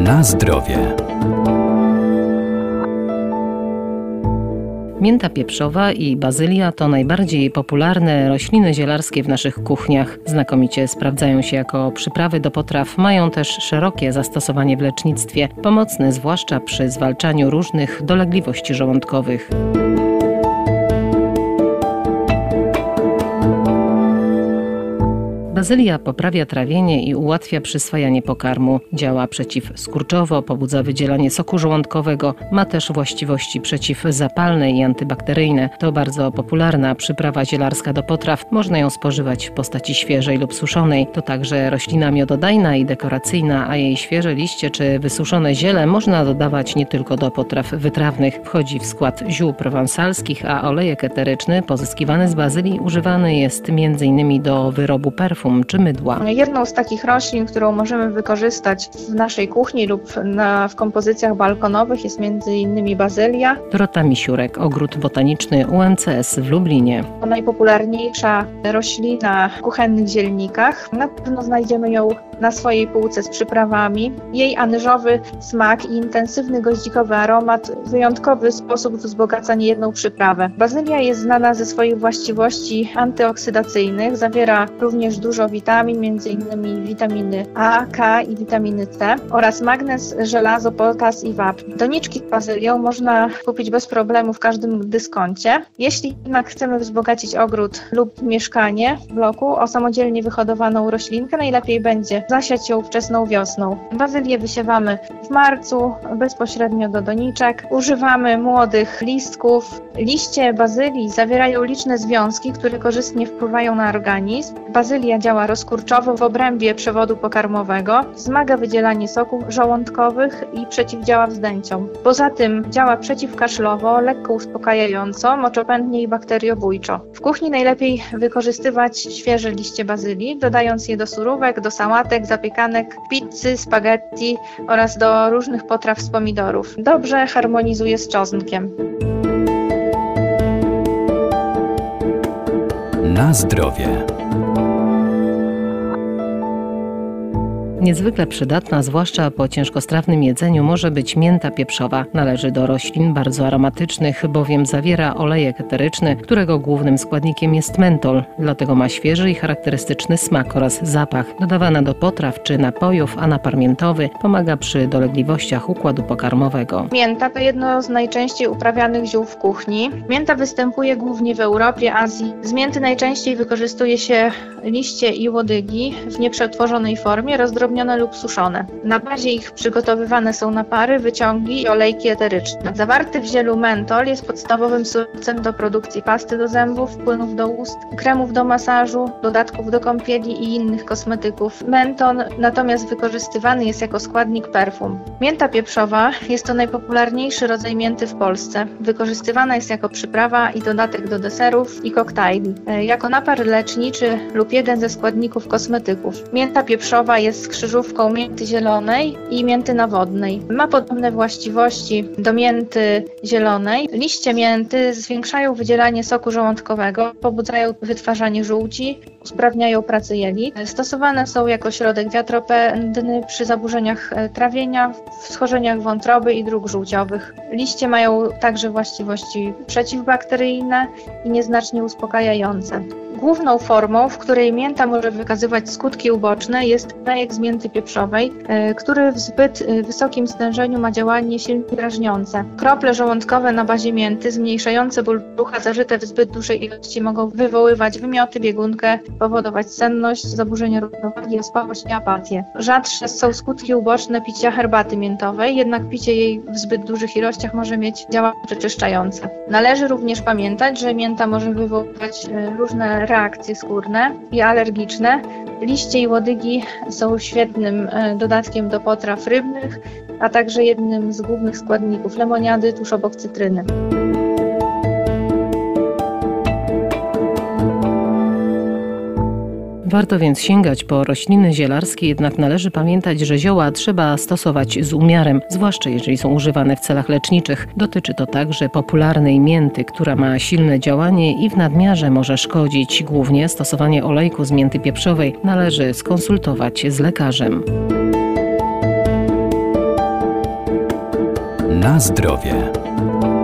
Na zdrowie. Mięta pieprzowa i bazylia to najbardziej popularne rośliny zielarskie w naszych kuchniach. Znakomicie sprawdzają się jako przyprawy do potraw, mają też szerokie zastosowanie w lecznictwie, pomocne zwłaszcza przy zwalczaniu różnych dolegliwości żołądkowych. Bazylia poprawia trawienie i ułatwia przyswajanie pokarmu. Działa przeciwskurczowo, pobudza wydzielanie soku żołądkowego, ma też właściwości przeciwzapalne i antybakteryjne. To bardzo popularna przyprawa zielarska do potraw. Można ją spożywać w postaci świeżej lub suszonej. To także roślina miododajna i dekoracyjna, a jej świeże liście czy wysuszone ziele można dodawać nie tylko do potraw wytrawnych. Wchodzi w skład ziół prowansalskich, a olejek eteryczny pozyskiwany z bazylii używany jest m.in. do wyrobu perfum czy mydła. Jedną z takich roślin, którą możemy wykorzystać w naszej kuchni lub w kompozycjach balkonowych jest m.in. bazylia. Dorota Misiurek, Ogród Botaniczny UMCS w Lublinie. To najpopularniejsza roślina w kuchennych zielnikach. Na pewno znajdziemy ją na swojej półce z przyprawami. Jej anyżowy smak i intensywny goździkowy aromat w wyjątkowy sposób wzbogaca niejedną przyprawę. Bazylia jest znana ze swoich właściwości antyoksydacyjnych. Zawiera również dużo witamin, m.in. witaminy A, K i witaminy C oraz magnez, żelazo, potas i wapń. Doniczki z bazylią można kupić bez problemu w każdym dyskoncie. Jeśli jednak chcemy wzbogacić ogród lub mieszkanie w bloku o samodzielnie wyhodowaną roślinkę, najlepiej będzie zasiać ją wczesną wiosną. Bazylię wysiewamy w marcu bezpośrednio do doniczek. Używamy młodych listków. Liście bazylii zawierają liczne związki, które korzystnie wpływają na organizm. Bazylia działa rozkurczowo w obrębie przewodu pokarmowego, wzmaga wydzielanie soków żołądkowych i przeciwdziała wzdęciom. Poza tym działa przeciwkaszlowo, lekko uspokajająco, moczopędnie i bakteriobójczo. W kuchni najlepiej wykorzystywać świeże liście bazylii, dodając je do surówek, do sałatek, zapiekanek, pizzy, spaghetti oraz do różnych potraw z pomidorów. Dobrze harmonizuje z czosnkiem. Na zdrowie. Niezwykle przydatna, zwłaszcza po ciężkostrawnym jedzeniu, może być mięta pieprzowa. Należy do roślin bardzo aromatycznych, bowiem zawiera olejek eteryczny, którego głównym składnikiem jest mentol. Dlatego ma świeży i charakterystyczny smak oraz zapach. Dodawana do potraw czy napojów, a napar miętowy pomaga przy dolegliwościach układu pokarmowego. Mięta to jedno z najczęściej uprawianych ziół w kuchni. Mięta występuje głównie w Europie, Azji. Z mięty najczęściej wykorzystuje się liście i łodygi w nieprzetworzonej formie, rozdrobnione lub suszone. Na bazie ich przygotowywane są napary, wyciągi i olejki eteryczne. Zawarty w zielu mentol jest podstawowym surowcem do produkcji pasty do zębów, płynów do ust, kremów do masażu, dodatków do kąpieli i innych kosmetyków. Menton natomiast wykorzystywany jest jako składnik perfum. Mięta pieprzowa jest to najpopularniejszy rodzaj mięty w Polsce. Wykorzystywana jest jako przyprawa i dodatek do deserów i koktajli. Jako napar leczniczy lub jeden ze składników kosmetyków. Mięta pieprzowa jest krzyżówką mięty zielonej i mięty nawodnej. Ma podobne właściwości do mięty zielonej. Liście mięty zwiększają wydzielanie soku żołądkowego, pobudzają wytwarzanie żółci, usprawniają pracę jelit. Stosowane są jako środek wiatropędny przy zaburzeniach trawienia, w schorzeniach wątroby i dróg żółciowych. Liście mają także właściwości przeciwbakteryjne i nieznacznie uspokajające. Główną formą, w której mięta może wykazywać skutki uboczne, jest olejek z mięty pieprzowej, który w zbyt wysokim stężeniu ma działanie silnie drażniące. Krople żołądkowe na bazie mięty zmniejszające ból brzucha zażyte w zbyt dużej ilości mogą wywoływać wymioty, biegunkę, powodować senność, zaburzenia równowagi, ospałość i apatię. Rzadsze są skutki uboczne picia herbaty miętowej, jednak picie jej w zbyt dużych ilościach może mieć działanie przeczyszczające. Należy również pamiętać, że mięta może wywoływać różne reakcje skórne i alergiczne. Liście i łodygi są świetnym dodatkiem do potraw rybnych, a także jednym z głównych składników lemoniady tuż obok cytryny. Warto więc sięgać po rośliny zielarskie, jednak należy pamiętać, że zioła trzeba stosować z umiarem, zwłaszcza jeżeli są używane w celach leczniczych. Dotyczy to także popularnej mięty, która ma silne działanie i w nadmiarze może szkodzić. Głównie stosowanie olejku z mięty pieprzowej należy skonsultować z lekarzem. Na zdrowie.